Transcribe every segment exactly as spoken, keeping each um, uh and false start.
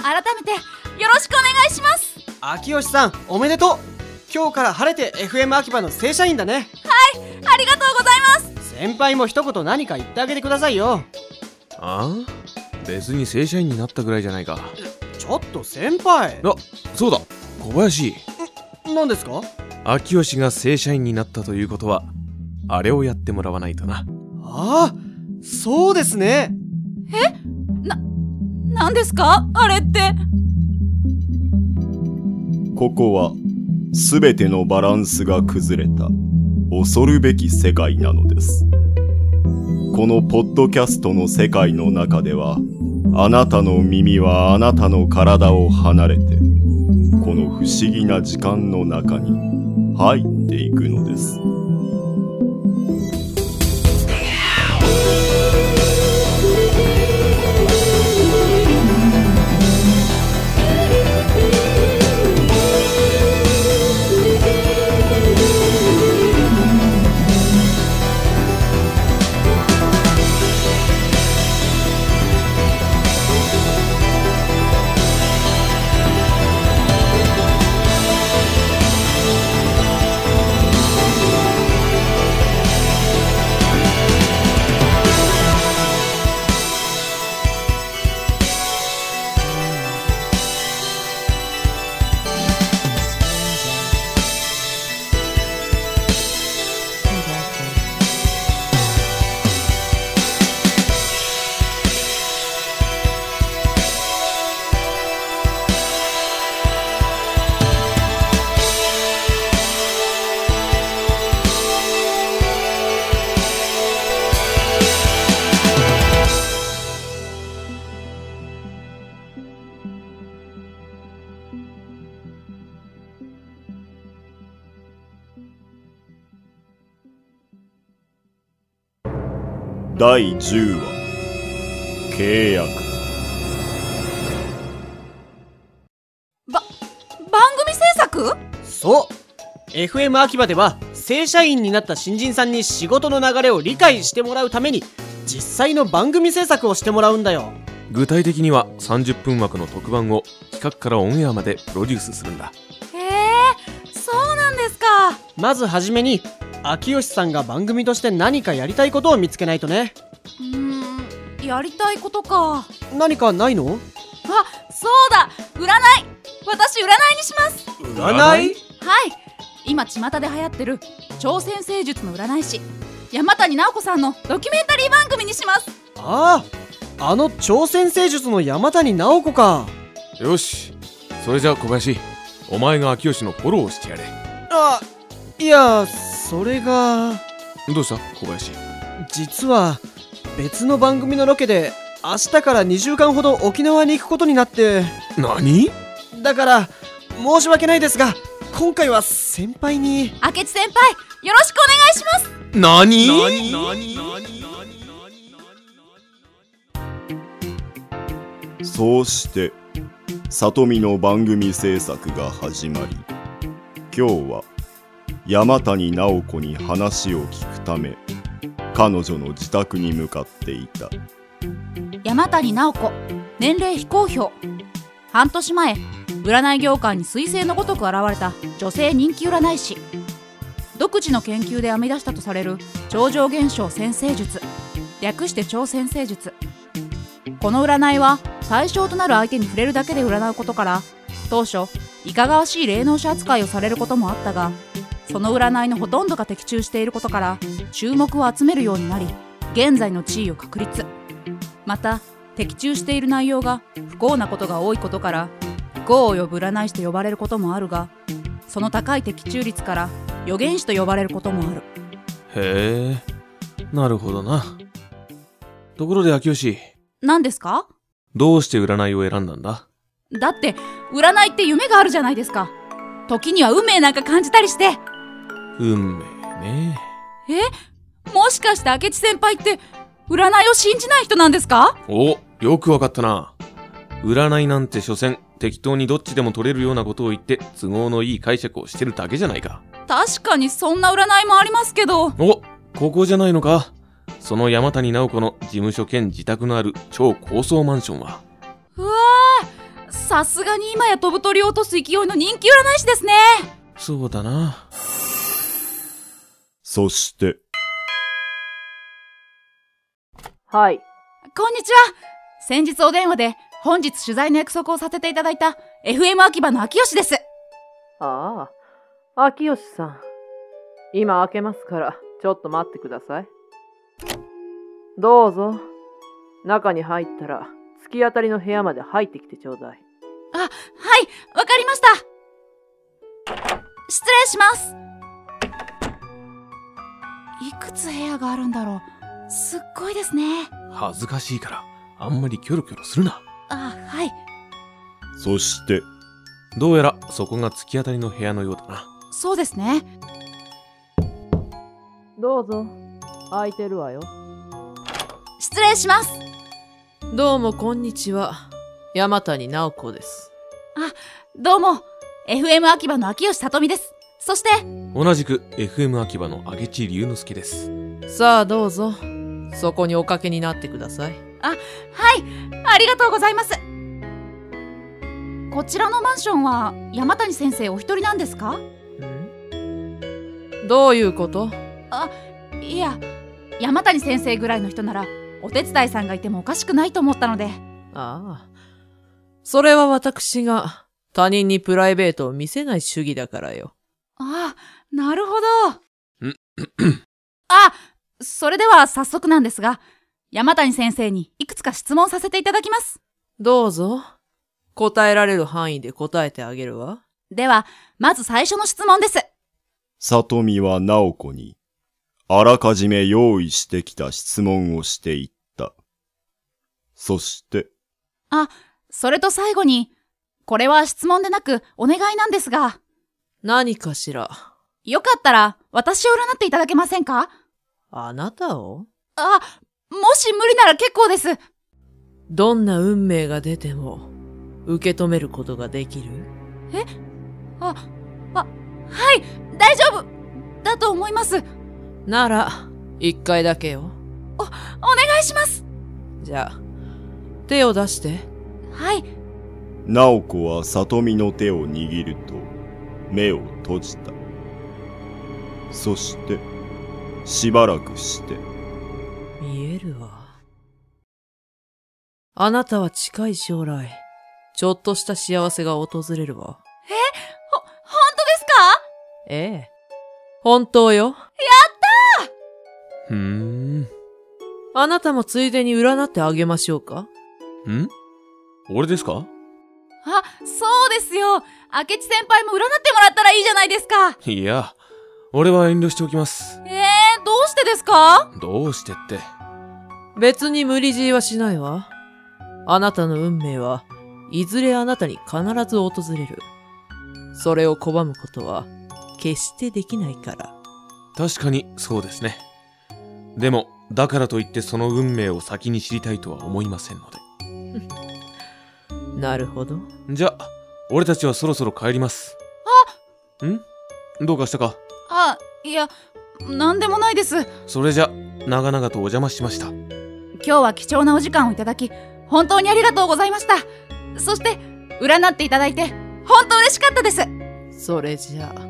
改めてよろしくお願いします。 秋吉さん、おめでとう。今日から晴れて エフエム 秋葉の正社員だね。 はい、ありがとうございます。 先輩も一言何か言ってあげてくださいよ。 ああ、別に正社員になったぐらいじゃないか。 ちょっと先輩。 あ、そうだ、小林。 何ですか？ 秋吉が正社員になったということは、あれをやってもらわないとな。 ああ、そうですね。 え？な、何ですか？あれって。 ここはすべてのバランスが崩れた恐るべき世界なのです。このポッドキャストの世界の中では、あなたの耳はあなたの体を離れて、この不思議な時間の中に入っていくのです。だいじゅうわ、契約。 ば、番組制作？ そう、 エフエム 秋葉では正社員になった新人さんに仕事の流れを理解してもらうために実際の番組制作をしてもらうんだよ。 具体的にはさんじゅっぷん枠の特番を企画からオンエアまでプロデュースするんだ。 へえ、そうなんですか。 まずはじめに秋吉さんが番組として何かやりたいことを見つけないとね。 うーん、やりたいことか。 何かないの？ あ、そうだ、占い。私占いにします。 占い？ はい、今巷で流行ってる朝鮮星術の占い師山谷直子さんのドキュメンタリー番組にします。 ああ、あの朝鮮星術の山谷直子か。 よし、それじゃあ小林、お前が秋吉のフォローをしてやれ。 あ、いや、それが。 どうした小林？ 実は別の番組のロケで明日からにしゅうかんほど沖縄に行くことになって。 何？ だから申し訳ないですが、今回は先輩に。 明智先輩、よろしくお願いします。 何？ そうして里見の番組制作が始まり、今日は山谷直子に話を聞くため彼女の自宅に向かっていた。 山谷直子、年齢非公表。半年前、占い業界に彗星のごとく現れた女性人気占い師。独自の研究で編み出したとされる超常現象占星術、略して超占星術。この占いは対象となる相手に触れるだけで占うことから、当初いかがわしい霊能者扱いをされることもあったが、その占いのほとんどが的中していることから注目を集めるようになり、現在の地位を確立。また的中している内容が不幸なことが多いことから不幸を呼ぶ占い師と呼ばれることもあるが、その高い的中率から預言師と呼ばれることもある。 へえ、なるほどな。ところで秋吉、 何ですか？ どうして占いを選んだんだ？ だって占いって夢があるじゃないですか。時には運命なんか感じたりして。 運命ね。 え、もしかして明智先輩って占いを信じない人なんですか？ お、よくわかったな。占いなんて所詮適当にどっちでも取れるようなことを言って都合のいい解釈をしてるだけじゃないか。 確かにそんな占いもありますけど。 お、ここじゃないのか。その山谷直子の事務所兼自宅のある超高層マンションは。 うわー、 さすがに今や飛ぶ鳥を落とす勢いの人気占い師ですね。 そうだな。 そして、 はい。 こんにちは。先日お電話で本日取材の約束をさせていただいた エフエム 秋葉の秋吉です。 ああ、秋吉さん。今開けますから、ちょっと待ってください。どうぞ。中に入ったら、突き当たりの部屋まで入ってきてちょうだい。 あ、はい、わかりました。失礼します。いくつ部屋があるんだろう。すっごいですね。 恥ずかしいから、あんまりキョロキョロするな。 あ、はい。 そして、 どうやらそこが突き当たりの部屋のようだな。 そうですね。 どうぞ。空いてるわよ。 失礼します。 どうもこんにちは。山谷直子です。 あ、どうも。エフエム 秋葉の秋吉さとみです。そして、 同じく エフエム 秋葉の明智龍之介です。 さあどうぞ。そこにおかけになってください。 あ、はい。ありがとうございます。こちらのマンションは山谷先生お一人なんですか？ ん？どういうこと？ あ、いや、山谷先生ぐらいの人ならお手伝いさんがいてもおかしくないと思ったので。 ああ。それは私が他人にプライベートを見せない主義だからよ。 ああ、なるほど。 んあ、それでは早速なんですが、山谷先生にいくつか質問させていただきます。 どうぞ。答えられる範囲で答えてあげるわ。 では、まず最初の質問です。 里美は直子に、あらかじめ用意してきた質問をしていった。そして、 あ、それと最後に、これは質問でなくお願いなんですが。 何かしら。 よかったら私を占っていただけませんか？ あなたを？ あ、もし無理なら結構です。 どんな運命が出ても、受け止めることができる？ え？あ、あ、はい、大丈夫だと思います。 なら、一回だけよ。 お、お願いします。 じゃあ、手を出して。 はい。 直子は里美の手を握ると、目を閉じた。そして、しばらくして。 見えるわ。あなたは近い将来、ちょっとした幸せが訪れるわ。 え？ほ、本当ですか？ ええ。本当よ。やったーふーん。 あなたもついでに占ってあげましょうか？ ん？俺ですか？ あ、そうですよ。明智先輩も占ってもらったらいいじゃないですか。 いや、俺は遠慮しておきます。 えー、どうしてですか？ どうしてって。 別に無理強いはしないわ。あなたの運命はいずれあなたに必ず訪れる。それを拒むことは決してできないから。 確かにそうですね。でも、だからといってその運命を先に知りたいとは思いませんので。 なるほど。 じゃあ、俺たちはそろそろ帰ります。あ！ん？どうかしたか？ あ、いや、なんでもないです。 それじゃ、長々とお邪魔しました。 今日は貴重なお時間をいただき、本当にありがとうございました。そして、占っていただいて、本当嬉しかったです。 それじゃあ。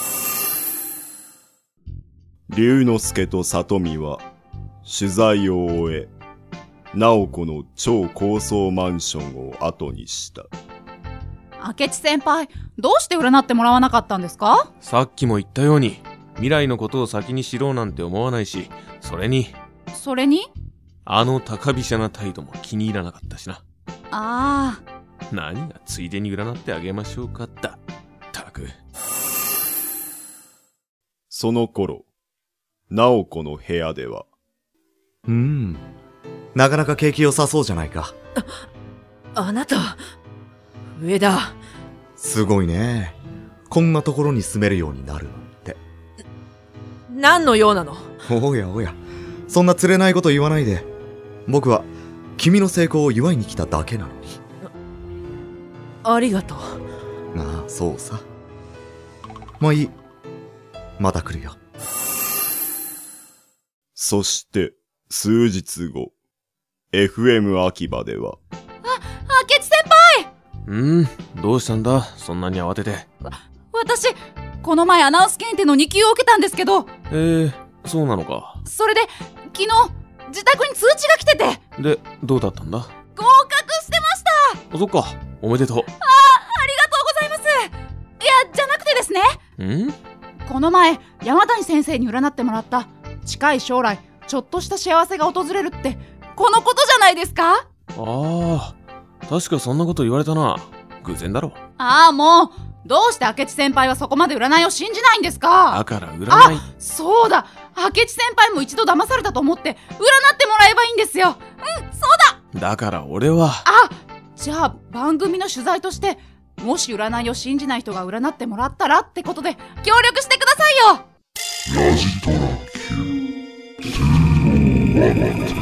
龍之介と里美は、取材を終え、直子の超高層マンションを後にした。 明智先輩、どうして占ってもらわなかったんですか？ さっきも言ったように、未来のことを先に知ろうなんて思わないし、それに、 それに？ あの高飛車な態度も気に入らなかったしな。 ああ。 何がついでに占ってあげましょうかったったく。 その頃、直子の部屋では、 うーん。なかなか景気良さそうじゃないか。 あ、あなた、上だ。 すごいね。こんなところに住めるようになるなんて。 何の用なの？ おやおや、そんな釣れないこと言わないで。僕は、君の成功を祝いに来ただけなのに。 ありがとう。 ああ、そうさ。まあいい。また来るよ。 そして、数日後、エフエム 秋葉では、 あ、明智先輩！ うん、どうしたんだそんなに慌てて。 私、この前アナウンス検定のに級を受けたんですけど。 えー、そうなのか。 それで、昨日、自宅に通知が来てて。 で、どうだったんだ？ 合格してました。 あ、そっか、おめでとう。 ああ、ありがとうございます。いや、じゃなくてですね。 ん？ この前、山谷先生に占ってもらった、近い将来、ちょっとした幸せが訪れるって、このことじゃないですか？ ああ、確かそんなこと言われたな。偶然だろ。 ああ、もう、どうして明智先輩はそこまで占いを信じないんですか？ だから占い。 あ、そうだ、明智先輩も一度騙されたと思って占ってもらえばいいんですよ。うん、そうだ。 だから俺は。 あ、じゃあ番組の取材として、もし占いを信じない人が占ってもらったらってことで協力してくださいよ。 ラジトラ Q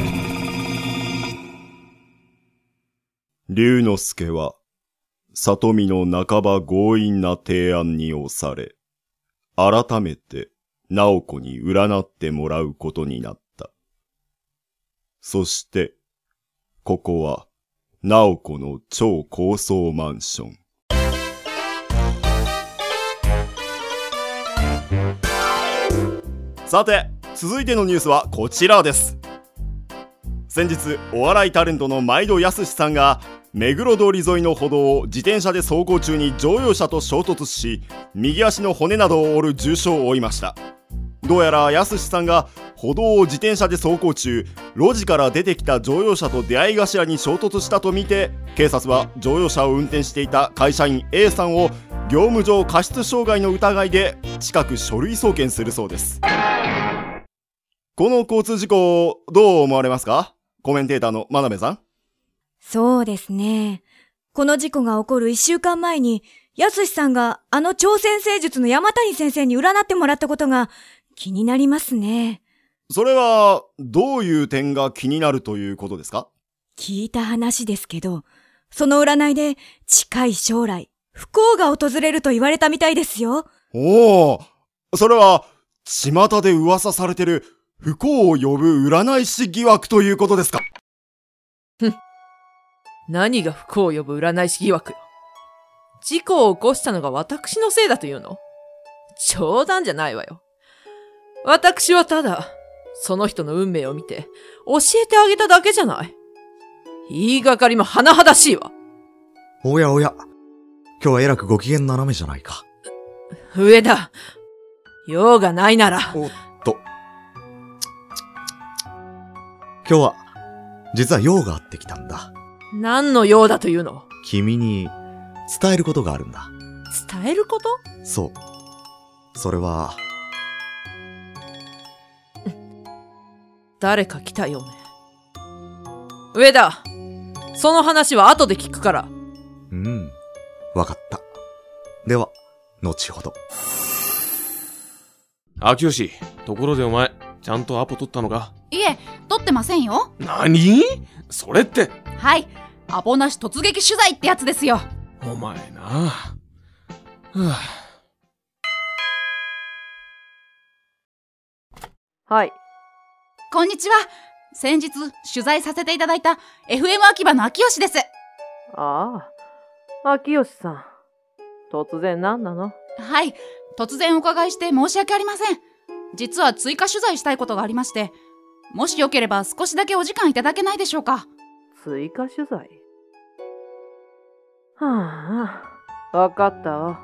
龍之介は里見の半ば強引な提案に押され、改めて直子に占ってもらうことになった。そして、ここは直子の超高層マンション。さて、続いてのニュースはこちらです。先日、お笑いタレントの毎度やすしさんが、目黒通り沿いの歩道を自転車で走行中に乗用車と衝突し、右足の骨などを折る重傷を負いました。どうやらやすしさんが歩道を自転車で走行中、路地から出てきた乗用車と出会い頭に衝突したとみて、警察は乗用車を運転していた会社員 A さんを業務上過失傷害の疑いで近く書類送検するそうです。この交通事故をどう思われますか？コメンテーターの真鍋さん。 そうですね。この事故が起こる一週間前に、やすしさんがあの超先生術の山谷先生に占ってもらったことが気になりますね。 それは、どういう点が気になるということですか？ 聞いた話ですけど、その占いで近い将来、不幸が訪れると言われたみたいですよ。 おー、それは、巷で噂されてる不幸を呼ぶ占い師疑惑ということですか？ ふん。何が不幸を呼ぶ占い師疑惑よ。事故を起こしたのが私のせいだというの？冗談じゃないわよ。私はただ、その人の運命を見て、教えてあげただけじゃない。言いがかりも甚だしいわ。 おやおや、今日はえらくご機嫌斜めじゃないか。 上田、用がないなら。 おっと。今日は、実は用があってきたんだ。 何の用だというの？ 君に、伝えることがあるんだ。 伝えること？ そう。それは、 誰か来たよね。上田、その話は後で聞くから。 うん、わかった。では、後ほど。 秋吉、ところでお前、ちゃんとアポ取ったのか？ いえ、取ってませんよ。 何？それって。 はい、アポなし突撃取材ってやつですよ。 お前な。はぁ。 はい。 こんにちは。先日取材させていただいた エフエム 秋葉の秋吉です。 ああ、秋吉さん。突然何なの？ はい、突然お伺いして申し訳ありません。実は追加取材したいことがありまして、もしよければ少しだけお時間いただけないでしょうか？ 追加取材？はあ、わかったわ。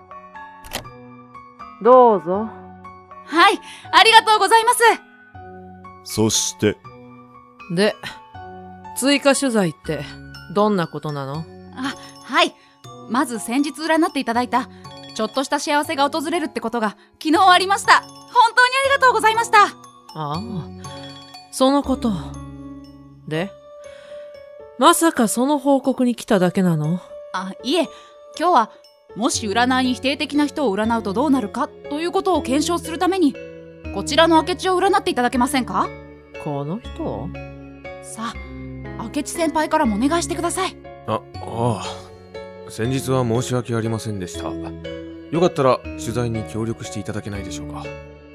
どうぞ。 はい、ありがとうございます。 そして。 で、追加取材ってどんなことなの？ あ、はい。まず先日占っていただいた、ちょっとした幸せが訪れるってことが昨日ありました。本当にありがとうございました。 ああ、そのこと。で、まさかその報告に来ただけなの？ あ、いえ、今日はもし占いに否定的な人を占うとどうなるかということを検証するために、こちらの明智を占っていただけませんか？ この人？ さあ、明智先輩からもお願いしてください。 あ、ああ。先日は申し訳ありませんでした。よかったら取材に協力していただけないでしょうか？は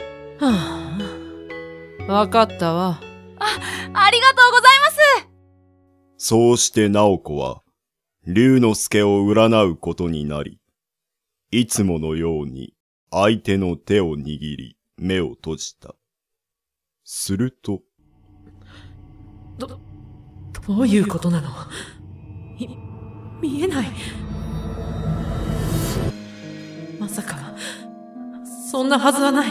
あ、わかったわ。 あ、ありがとうございます。 そうして直子は、 龍之介を占うことになり、いつものように相手の手を握り、目を閉じた。すると、 ど、どういうことなの？み、見えない。まさか、そんなはずはない。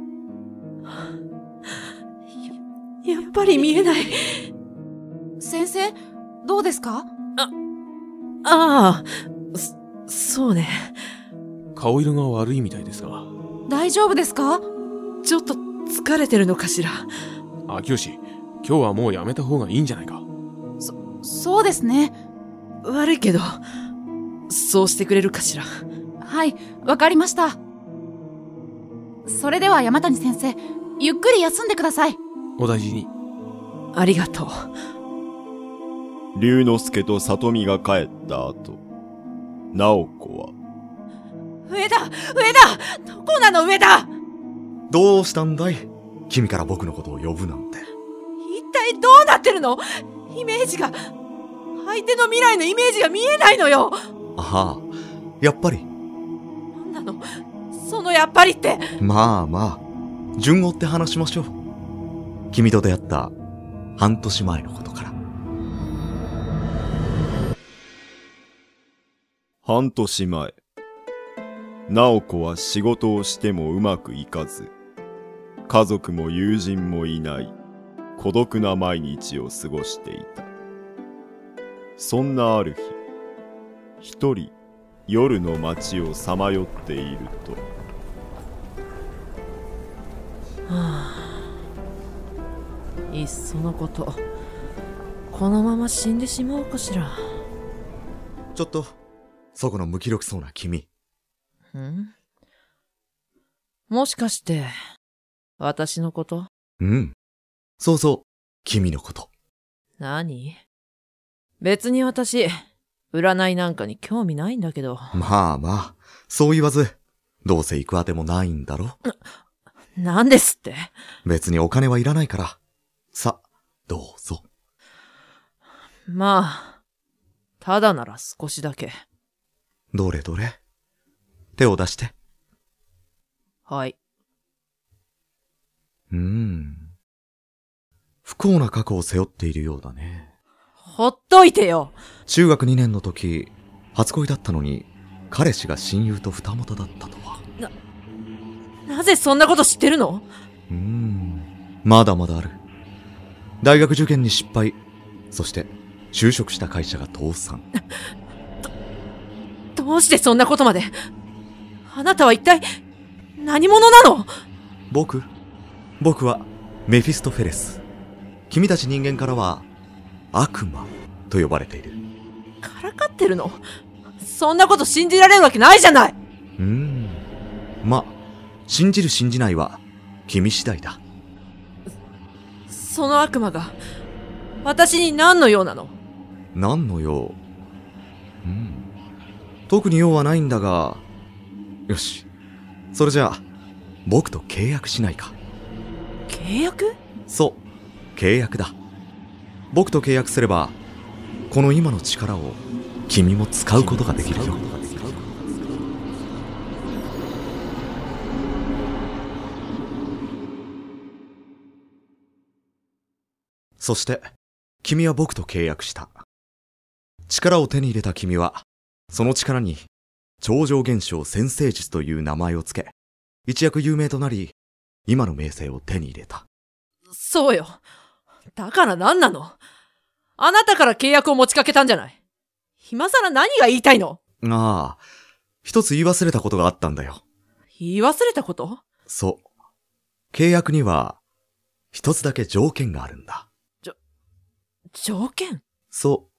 や、やっぱり見えない。 先生、どうですか？ あ、ああ、そ、そうね。 顔色が悪いみたいですが。 大丈夫ですか？ ちょっと疲れてるのかしら。 秋吉、今日はもうやめた方がいいんじゃないか。 そ、そうですね。 悪いけど、そうしてくれるかしら。 はい、わかりました。それでは山谷先生、ゆっくり休んでください。 お大事に。 ありがとう。龍之介と里美が帰った後、直子は、 上田、上田、どこなの上田。 どうしたんだい？君から僕のことを呼ぶなんて。 一体どうなってるの？イメージが、相手の未来のイメージが見えないのよ。 ああ、やっぱり。 なんなの？そのやっぱりって。 まあまあ、順を追って話しましょう。君と出会った半年前のことから。 半年前、直子は仕事をしてもうまくいかず、家族も友人もいない孤独な毎日を過ごしていた。そんなある日、一人夜の街をさまよっていると、 はあ、いっそのこと、このまま死んでしまおうかしら。 ちょっと、そこの無気力そうな君。 ん？もしかして、私のこと？ うん。そうそう、君のこと。 何？別に私、占いなんかに興味ないんだけど。 まあまあ、そう言わず、どうせ行くあてもないんだろ？ な、なんですって？ 別にお金はいらないから。さ、どうぞ。 まあ、ただなら少しだけ。 どれどれ？手を出して。 はい。 うーん。不幸な過去を背負っているようだね。 ほっといてよ。 中学にねんの時、初恋だったのに、彼氏が親友と二股だったとは。 な、なぜそんなこと知ってるの？ うーん。まだまだある。大学受験に失敗。そして、就職した会社が倒産。 ど、どうしてそんなことまで？あなたは一体、何者なの？ 僕？僕は、メフィストフェレス。君たち人間からは、悪魔と呼ばれている。 からかってるの？そんなこと信じられるわけないじゃない！ うーん。ま、信じる信じないは、君次第だ。 その悪魔が、私に何の用なの？ 何の用？うん。特に用はないんだが、よし。それじゃあ、僕と契約しないか。 契約？ そう、契約だ。僕と契約すれば、この今の力を君も使うことができるよ。そして、君は僕と契約した。力を手に入れた君は、その力に、超常現象占星術という名前をつけ、一躍有名となり、今の名声を手に入れた。 そうよ。だから何なの？あなたから契約を持ちかけたんじゃない。今さら何が言いたいの？ ああ、一つ言い忘れたことがあったんだよ。 言い忘れたこと？ そう。契約には、一つだけ条件があるんだ。 じょ、条件？ そう、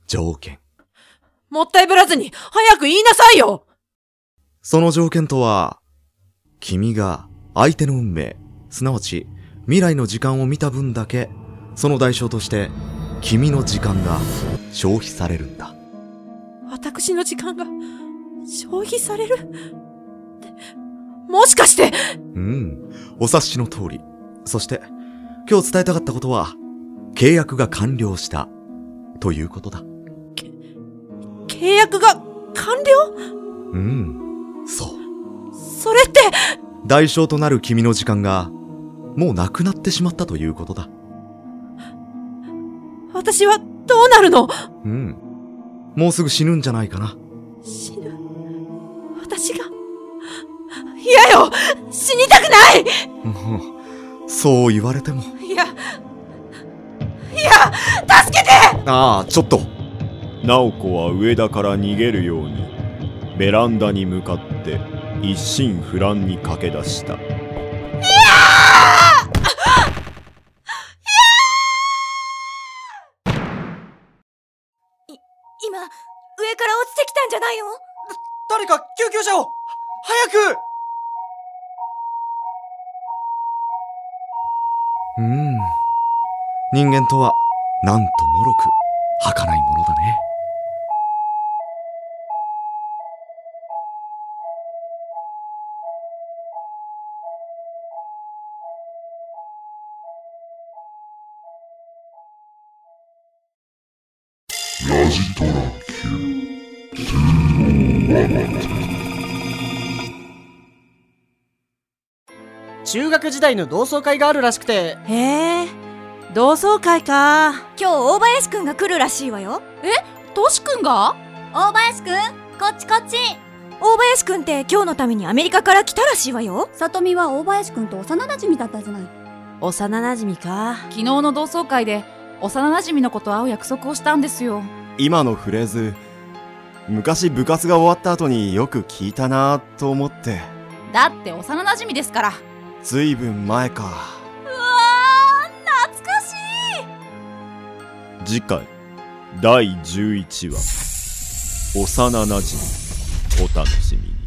条件。 もったいぶらずに、早く言いなさいよ！ その条件とは、君が相手の運命、すなわち未来の時間を見た分だけ、その代償として、君の時間が消費されるんだ。 私の時間が消費される？って、もしかして？ うん、お察しの通り。そして、今日伝えたかったことは、契約が完了した、ということだ。 け、 契約が完了？ うん、そう。 それって、 代償となる君の時間が、もうなくなってしまったということだ。 私はどうなるの？ うん。もうすぐ死ぬんじゃないかな。 死ぬ？私が？嫌よ！死にたくない！ そう言われても。 いや、いや、助けて！ ああ、ちょっと。 直子は上田から逃げるように、ベランダに向かって一心不乱に駆け出した。いやい、今、上から落ちてきたんじゃないの？ 誰か救急車を！早く！ うーん。人間とは、なんともろく、儚いものだね。 ラジトラ Q 中学時代の同窓会があるらしくて。 へえ、同窓会か。 今日大林くんが来るらしいわよ。 え、トシくんが？ 大林くん、こっちこっち。大林くんって今日のためにアメリカから来たらしいわよ。 さとみは大林くんと幼馴染だったじゃない。 幼馴染か。 昨日の同窓会で幼馴染の子と会う約束をしたんですよ。 今のフレーズ、昔部活が終わった後によく聞いたなぁと思って。 だって幼馴染ですから。 ずいぶん前か。 うわー、懐かしい。 次回だいじゅういちわ、幼馴染、お楽しみに。